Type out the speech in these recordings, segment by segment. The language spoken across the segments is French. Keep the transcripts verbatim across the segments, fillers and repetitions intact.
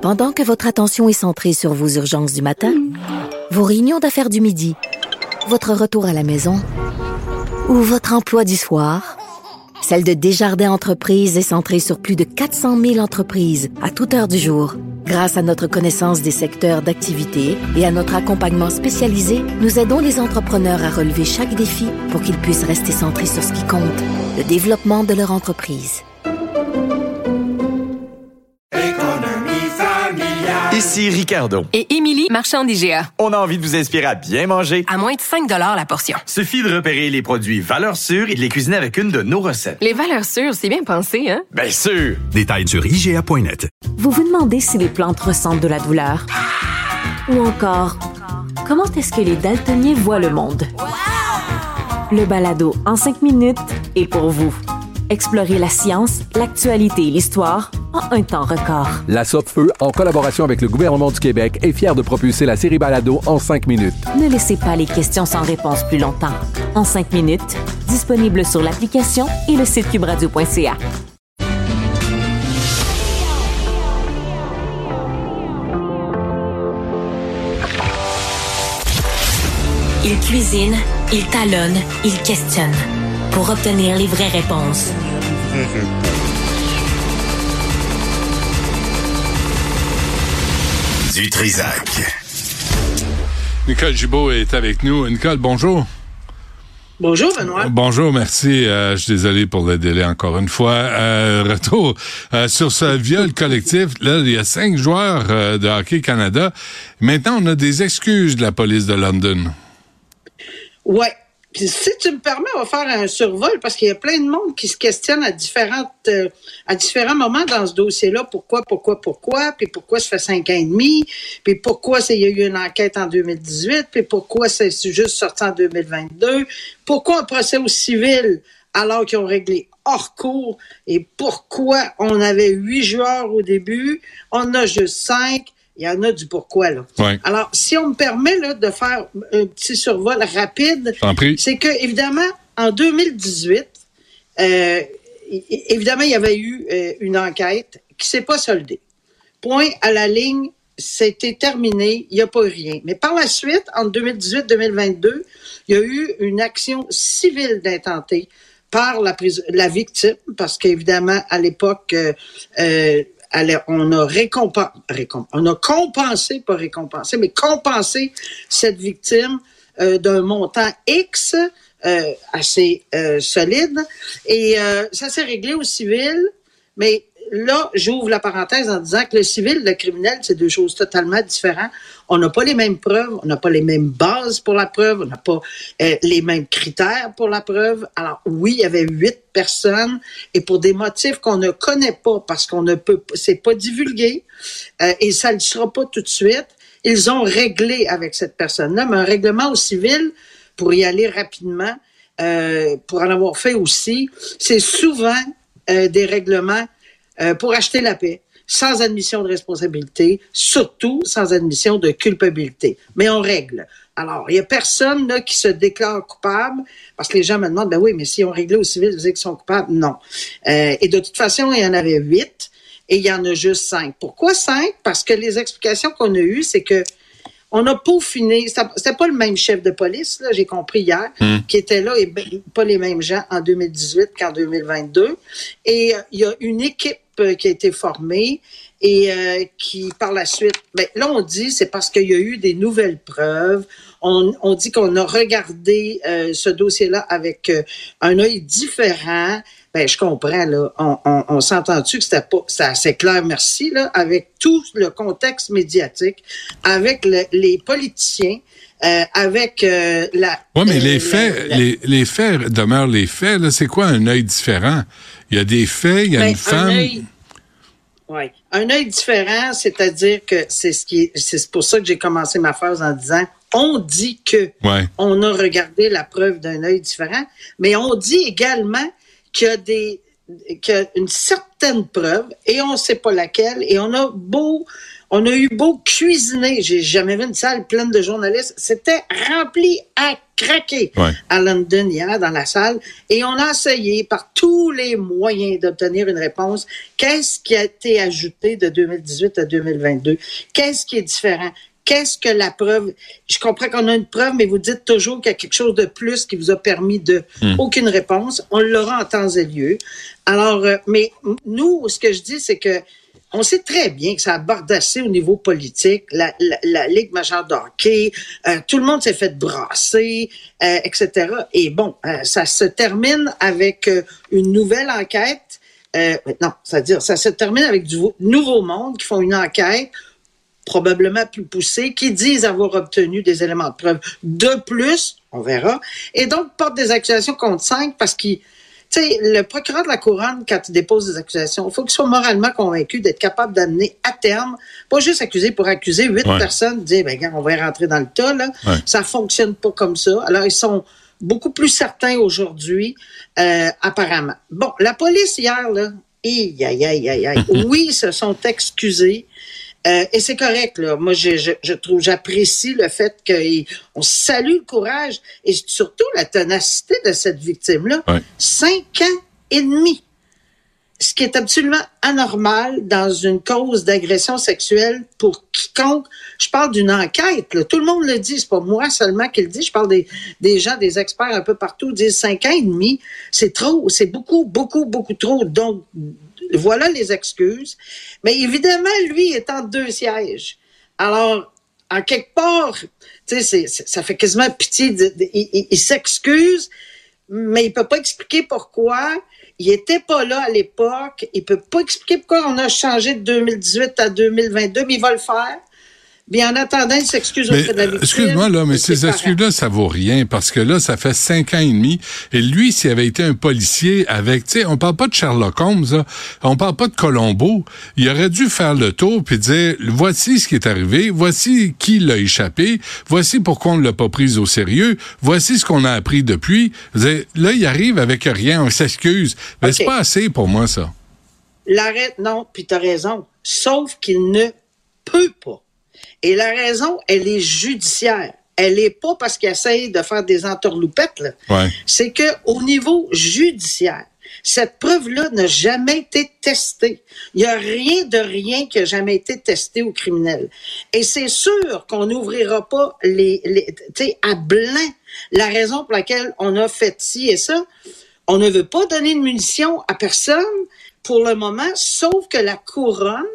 Pendant que votre attention est centrée sur vos urgences du matin, vos réunions d'affaires du midi, votre retour à la maison ou votre emploi du soir, celle de Desjardins Entreprises est centrée sur plus de quatre cent mille entreprises à toute heure du jour. Grâce à notre connaissance des secteurs d'activité et à notre accompagnement spécialisé, nous aidons les entrepreneurs à relever chaque défi pour qu'ils puissent rester centrés sur ce qui compte, le développement de leur entreprise. Ici Ricardo. Et Émilie, marchand d'I G A. On a envie de vous inspirer à bien manger. À moins de cinq dollars la portion. Suffit de repérer les produits valeurs sûres et de les cuisiner avec une de nos recettes. Les valeurs sûres, c'est bien pensé, hein? Bien sûr! Détails sur I G A point net. Vous vous demandez si les plantes ressentent de la douleur? Ou encore, comment est-ce que les daltoniens voient le monde? Le balado en cinq minutes est pour vous. Explorez la science, l'actualité et l'histoire en un temps record. La Sopfeu, en collaboration avec le gouvernement du Québec, est fière de propulser la série Balado en cinq minutes. Ne laissez pas les questions sans réponse plus longtemps. En cinq minutes, disponible sur l'application et le site cube radio point c a. Il cuisine, il talonne, il questionne pour obtenir les vraies réponses. Du Trisac. Nicole Gibault est avec nous. Nicole, bonjour. Bonjour, Benoît. Bonjour, merci. Euh, je suis désolé pour le délai encore une fois. Euh, retour euh, sur ce viol collectif. Là, il y a cinq joueurs euh, de Hockey Canada. Maintenant, on a des excuses de la police de London. Ouais. Puis si tu me permets, on va faire un survol parce qu'il y a plein de monde qui se questionne à différentes euh, à différents moments dans ce dossier-là. Pourquoi, pourquoi, pourquoi? Puis pourquoi ça fait cinq ans et demi? Puis pourquoi il y a eu une enquête en deux mille dix-huit? Puis pourquoi c'est juste sorti en deux mille vingt-deux? Pourquoi un procès au civil alors qu'ils ont réglé hors cours? Et pourquoi on avait huit joueurs au début? On en a juste cinq. Il y en a du pourquoi, là. Ouais. Alors, si on me permet là, de faire un petit survol rapide, c'est que, évidemment, en deux mille dix-huit, euh, évidemment, il y avait eu euh, une enquête qui s'est pas soldée. Point à la ligne, c'était terminé, il n'y a pas eu rien. Mais par la suite, en deux mille dix-huit deux mille vingt-deux, il y a eu une action civile d'intentée par la, la victime, parce qu'évidemment, à l'époque, euh, euh, on a récompensé, récomp, on a compensé, pas récompensé, mais compensé cette victime euh, d'un montant X euh, assez euh, solide. Et euh, ça s'est réglé au civil, mais là, j'ouvre la parenthèse en disant que le civil et le criminel, c'est deux choses totalement différentes. On n'a pas les mêmes preuves, on n'a pas les mêmes bases pour la preuve, on n'a pas euh, les mêmes critères pour la preuve. Alors oui, il y avait huit personnes et pour des motifs qu'on ne connaît pas parce qu'on ne peut, c'est pas divulgué euh, et ça ne le sera pas tout de suite. Ils ont réglé avec cette personne-là, mais un règlement au civil, pour y aller rapidement, euh, pour en avoir fait aussi, c'est souvent euh, des règlements euh, pour acheter la paix, sans admission de responsabilité, surtout sans admission de culpabilité. Mais on règle. Alors, il y a personne là qui se déclare coupable, parce que les gens me demandent, ben oui, mais si on réglait au civil, vous dites qu'ils sont coupables? Non. Euh, et de toute façon, il y en avait huit, et il y en a juste cinq. Pourquoi cinq? Parce que les explications qu'on a eues, c'est que on a peaufiné, c'était, c'était pas le même chef de police, là, j'ai compris hier, mmh. qui était là, et ben, pas les mêmes gens en deux mille dix-huit qu'en deux mille vingt-deux. Et euh, il y a une équipe euh, qui a été formée et euh, qui, par la suite, ben, là, on dit, c'est parce qu'il y a eu des nouvelles preuves. On, on dit qu'on a regardé euh, ce dossier-là avec euh, un œil différent. Ben, je comprends, là. On, on, on s'entend-tu que c'était pas, c'est assez clair, merci, là, avec tout le contexte médiatique, avec le, les politiciens, euh, avec euh, la... Oui, mais euh, les la, faits, la, les, les faits demeurent les faits, là. C'est quoi un œil différent? Il y a des faits, il y a ben, une femme... Œil, oui. Un œil différent, c'est-à-dire que c'est ce qui est, c'est pour ça que j'ai commencé ma phrase en disant on dit que ouais. on a regardé la preuve d'un œil différent, mais on dit également qu'il y a des qu'il y a une certaine preuve, et on ne sait pas laquelle, et on a beau, on a eu beau cuisiner, j'ai jamais vu une salle pleine de journalistes, c'était rempli à craquer ouais. à London hier dans la salle, et on a essayé par tous les moyens d'obtenir une réponse. Qu'est-ce qui a été ajouté de deux mille dix-huit à deux mille vingt-deux? Qu'est-ce qui est différent? Qu'est-ce que la preuve? Je comprends qu'on a une preuve, mais vous dites toujours qu'il y a quelque chose de plus qui vous a permis de... Mmh. Aucune réponse. On l'aura en temps et lieu. Alors, euh, mais nous, ce que je dis, c'est que on sait très bien que ça aborde assez au niveau politique, la, la, la Ligue majeure de hockey, euh, tout le monde s'est fait brasser, euh, et cetera. Et bon, euh, ça se termine avec euh, une nouvelle enquête. Euh, non, c'est-à-dire, ça se termine avec du Nouveau Monde qui font une enquête probablement plus poussés, qui disent avoir obtenu des éléments de preuve de plus, on verra, et donc portent des accusations contre cinq parce qu'ils, tu sais, le procureur de la Couronne, quand il dépose des accusations, il faut qu'il soit moralement convaincu d'être capable d'amener à terme, pas juste accuser pour accuser huit ouais. personnes, dire, ben, gars, on va y rentrer dans le tas, là. Ouais. Ça fonctionne pas comme ça. Alors, ils sont beaucoup plus certains aujourd'hui, euh, apparemment. Bon, la police hier, là, aïe, aïe, aïe, aïe, aïe. Oui, ils se sont excusés. Euh, et c'est correct, là. Moi, je, je, je trouve, j'apprécie le fait qu'on salue le courage et surtout la ténacité de cette victime-là. Ouais. Cinq ans et demi. Ce qui est absolument anormal dans une cause d'agression sexuelle pour quiconque. Je parle d'une enquête, là. Tout le monde le dit. C'est pas moi seulement qui le dit. Je parle des, des gens, des experts un peu partout disent cinq ans et demi. C'est trop. C'est beaucoup, beaucoup, beaucoup trop. Donc, voilà les excuses. Mais évidemment, lui est en deux sièges. Alors, en quelque part, tu sais, ça fait quasiment pitié. De, de, il, il, il s'excuse, mais il peut pas expliquer pourquoi. Il était pas là à l'époque. Il peut pas expliquer pourquoi on a changé de deux mille dix-huit à deux mille vingt-deux, mais il va le faire. Bien, en attendant, il s'excuse auprès de la victime. Excuse-moi, là, mais ces excuses-là, ça vaut rien, parce que là, ça fait cinq ans et demi, et lui, s'il avait été un policier avec, tu sais, on parle pas de Sherlock Holmes, là, on parle pas de Colombo, il aurait dû faire le tour puis dire, voici ce qui est arrivé, voici qui l'a échappé, voici pourquoi on l'a pas pris au sérieux, voici ce qu'on a appris depuis. Là, il arrive avec rien, on s'excuse. Mais okay. C'est pas assez pour moi, ça. L'arrêt, non, puis t'as raison. Sauf qu'il ne peut pas. Et la raison, elle est judiciaire. Elle est pas parce qu'il essaye de faire des entourloupettes, là. Ouais. C'est que au niveau judiciaire, cette preuve-là n'a jamais été testée. Il y a rien de rien qui a jamais été testé au criminel. Et c'est sûr qu'on n'ouvrira pas les, les tu sais, à blanc la raison pour laquelle on a fait ci et ça. On ne veut pas donner de munitions à personne pour le moment, sauf que la Couronne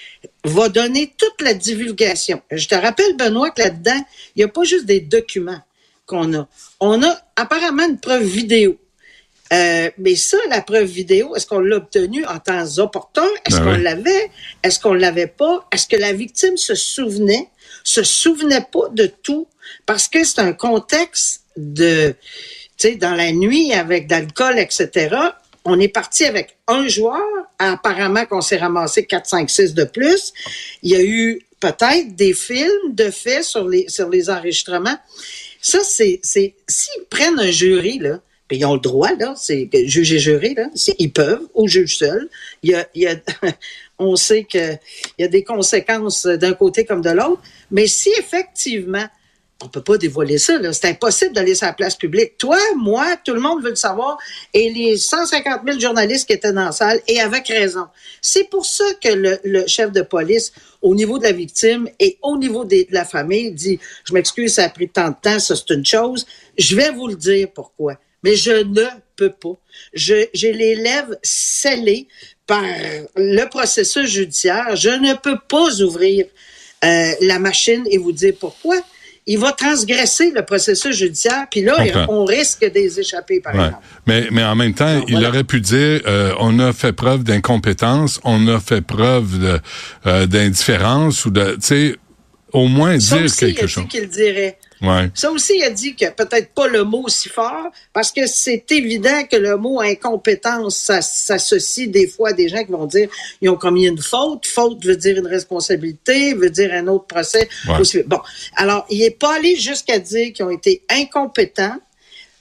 va donner toute la divulgation. Je te rappelle, Benoît, que là-dedans, il n'y a pas juste des documents qu'on a. On a apparemment une preuve vidéo. Euh, mais ça, la preuve vidéo, est-ce qu'on l'a obtenue en temps opportun? Est-ce ben qu'on oui. l'avait? Est-ce qu'on l'avait pas? Est-ce que la victime se souvenait? Se souvenait pas de tout? Parce que c'est un contexte de, tu sais, dans la nuit, avec d'alcool, et cetera, on est parti avec un joueur, apparemment qu'on s'est ramassé quatre, cinq, six de plus. Il y a eu peut-être des films de faits sur les, sur les enregistrements. Ça, c'est, c'est, s'ils prennent un jury, là, puis ils ont le droit, là, c'est juge et jury, là, ils peuvent, ou juge seul. Il y a, il y a, on sait que il y a des conséquences d'un côté comme de l'autre. Mais si effectivement, on peut pas dévoiler ça, là. C'est impossible d'aller sur la place publique. Toi, moi, tout le monde veut le savoir. Et les cent cinquante mille journalistes qui étaient dans la salle, et avec raison. C'est pour ça que le, le chef de police, au niveau de la victime et au niveau des, de la famille, dit, je m'excuse, ça a pris tant de temps, ça c'est une chose. Je vais vous le dire pourquoi. Mais je ne peux pas. Je, j'ai les lèvres scellées par le processus judiciaire. Je ne peux pas ouvrir euh, la machine et vous dire pourquoi. Il va transgresser le processus judiciaire, puis là, okay. on risque de les échapper, par ouais. exemple. Mais, mais en même temps, Alors, il voilà. aurait pu dire, euh, on a fait preuve d'incompétence, on a fait preuve de, euh, d'indifférence, ou de, tu sais, au moins ça dire aussi, quelque chose. Ça aussi, il a dit qu'il le dirait. Ouais. Ça aussi, il a dit que peut-être pas le mot si fort, parce que c'est évident que le mot incompétence, ça s'associe des fois à des gens qui vont dire ils ont commis une faute. Faute veut dire une responsabilité, veut dire un autre procès. Ouais. Aussi. Bon, alors, il n'est pas allé jusqu'à dire qu'ils ont été incompétents,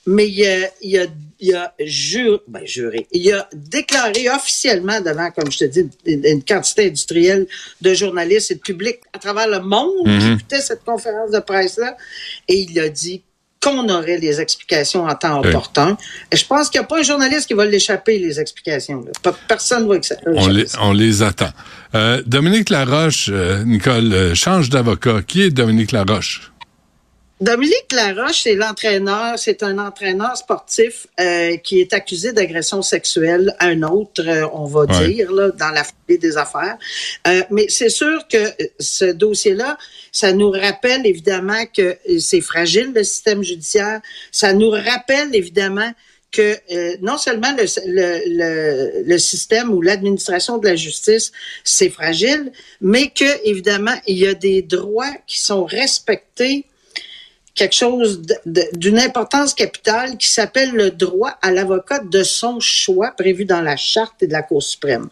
mais il a, il a, il a juré, ben juré, il a déclaré officiellement devant, comme je te dis, une, une quantité industrielle de journalistes et de public à travers le monde mm-hmm. qui écoutait cette conférence de presse-là, et il a dit qu'on aurait les explications en temps opportun. Oui. Et je pense qu'il n'y a pas un journaliste qui va l'échapper, les explications. Là. Personne ne va échapper. On les, on les attend. Euh, Dominique Laroche, euh, Nicole, euh, change d'avocat. Qui est Dominique Laroche? Dominique Laroche, c'est l'entraîneur, c'est un entraîneur sportif euh, qui est accusé d'agression sexuelle à un autre, euh, on va ouais. dire, là, dans la foulée des affaires. Euh, mais c'est sûr que ce dossier-là, ça nous rappelle évidemment que c'est fragile, le système judiciaire. Ça nous rappelle évidemment que euh, non seulement le, le, le, le système ou l'administration de la justice, c'est fragile, mais que évidemment, il y a des droits qui sont respectés, quelque chose de, de, d'une importance capitale qui s'appelle le droit à l'avocat de son choix prévu dans la Charte et de la Cour suprême.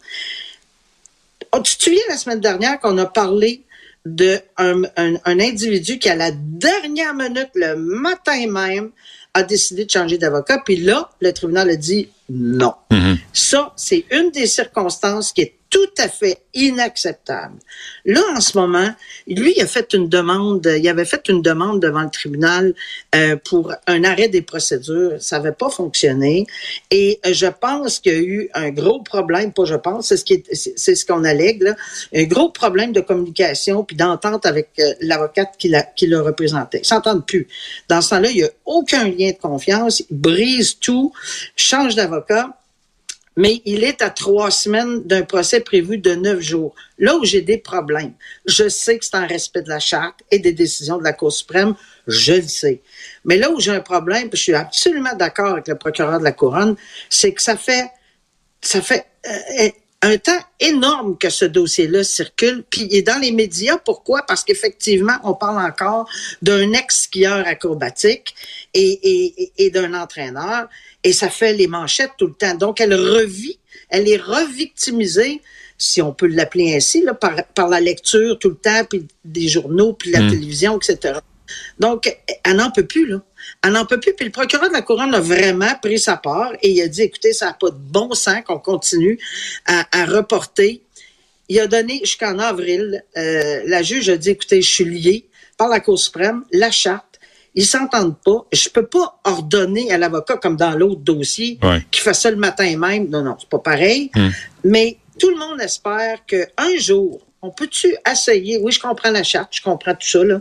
Oh, tu te souviens la semaine dernière qu'on a parlé de un, un, un individu qui, à la dernière minute, le matin même, a décidé de changer d'avocat, puis là, le tribunal a dit non. Mm-hmm. Ça, c'est une des circonstances qui est tout à fait inacceptable. Là, en ce moment, lui, il a fait une demande, il avait fait une demande devant le tribunal euh, pour un arrêt des procédures. Ça n'avait pas fonctionné. Et je pense qu'il y a eu un gros problème, pas je pense, c'est ce qui est, c'est, c'est ce qu'on allègue, là, un gros problème de communication puis d'entente avec euh, l'avocate qui, l'a, qui le représentait. Ils s'entendent plus. Dans ce temps-là, il n'y a aucun lien de confiance. Il brise tout, change d'avocat. Mais il est à trois semaines d'un procès prévu de neuf jours. Là où j'ai des problèmes, je sais que c'est en respect de la Charte et des décisions de la Cour suprême, je le sais. Mais là où j'ai un problème, puis je suis absolument d'accord avec le procureur de la Couronne, c'est que ça fait, ça fait euh, un temps énorme que ce dossier-là circule, puis il est dans les médias. Pourquoi? Parce qu'effectivement, on parle encore d'un ex-skieur acrobatique et, et, et d'un entraîneur. Et ça fait les manchettes tout le temps. Donc, elle revit, elle est revictimisée, si on peut l'appeler ainsi, là, par, par la lecture tout le temps, puis des journaux, puis la mmh. télévision, et cetera. Donc, elle n'en peut plus, là. Elle n'en peut plus. Puis le procureur de la Couronne a vraiment pris sa part et il a dit, écoutez, ça n'a pas de bon sens qu'on continue à, à reporter. Il a donné, jusqu'en avril, euh, la juge a dit, écoutez, je suis liée par la Cour suprême, la Charte, ils s'entendent pas. Je peux pas ordonner à l'avocat, comme dans l'autre dossier, ouais. qui fait ça le matin même. Non, non, c'est pas pareil. Mm. Mais tout le monde espère qu'un jour, on peut-tu essayer, oui, je comprends la Charte, je comprends tout ça, là,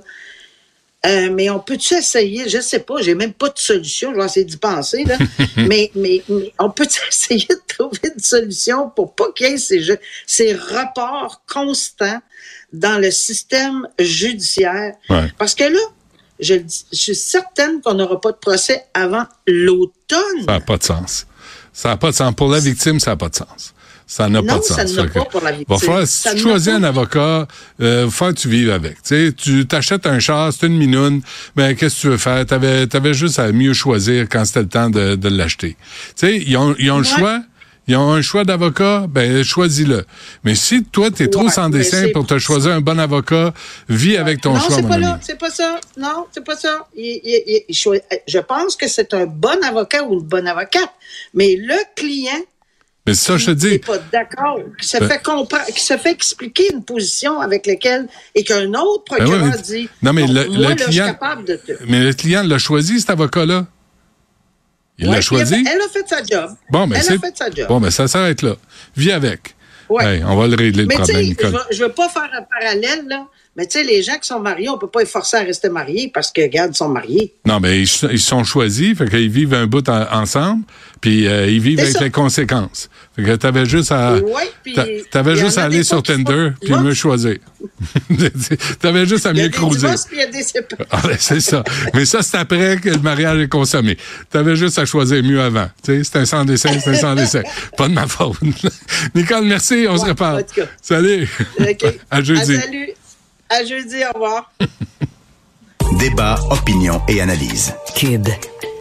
euh, mais on peut-tu essayer, je sais pas, j'ai même pas de solution, je vais essayer d'y penser, là, mais, mais, mais on peut-tu essayer de trouver une solution pour pas qu'il y ait ces, jeux, ces reports constants dans le système judiciaire? Ouais. Parce que là, Je, je suis certaine qu'on n'aura pas de procès avant l'automne. Ça n'a pas de sens. Ça n'a pas de sens. Pour la victime, ça n'a pas de sens. Ça n'a non, pas de sens. Ça n'a pas pour la victime. Va falloir, si tu choisis un avocat, euh, va falloir que tu vives avec. Tu sais, tu t'achètes un char, c'est une minoune, ben qu'est-ce que tu veux faire? T'avais, t'avais juste à mieux choisir quand c'était le temps de, de l'acheter. Tu sais, ils ont, ils ont ouais. le choix. Ils ont un choix d'avocat, ben choisis-le. Mais si toi, t'es ouais, trop sans dessin pour te choisir un bon avocat, vis avec ton non, choix, c'est mon pas ami. Là, c'est pas ça. Non, c'est pas ça. Il, il, il, je pense que c'est un bon avocat ou une bonne avocate, mais le client mais ça, je te dis. Qui n'est pas d'accord, qui se ben, fait comprendre, qui se fait expliquer une position avec laquelle et qu'un autre procureur ben ouais, mais, dit. Non, mais le, moi, le là, client. Je suis capable de te... Mais le client l'a choisi, cet avocat-là. Il ouais, l'a choisi. Elle, elle a fait sa job. Bon, ben elle c'est... a fait sa job. Bon, ben ça s'arrête là. Vis avec. Ouais. Hey, on va le régler, mais le problème, Nicole. Mais tu sais, je ne veux pas faire un parallèle, là. Mais tu sais, les gens qui sont mariés, on peut pas les forcer à rester mariés parce que, regarde, ils sont mariés. Non, mais ils, ils sont choisis, fait qu'ils vivent un bout en, ensemble, puis euh, ils vivent c'est avec ça. Les conséquences. Fait que t'avais juste à, ouais, puis t'avais juste à aller sur Tinder, puis mieux choisir. T'avais juste à mieux cruiser. Il y a des séparations. Ah, ben, c'est ça. Mais ça, c'est après que le mariage est consommé. T'avais juste à choisir mieux avant. Tu sais, c'est un sans dessin, c'est un sans dessin. Pas de ma faute. Nicole, merci, on ouais, se reparle. Salut. Okay. À jeudi. À salut. À jeudi, au revoir. Débat, opinion et analyse. Cube.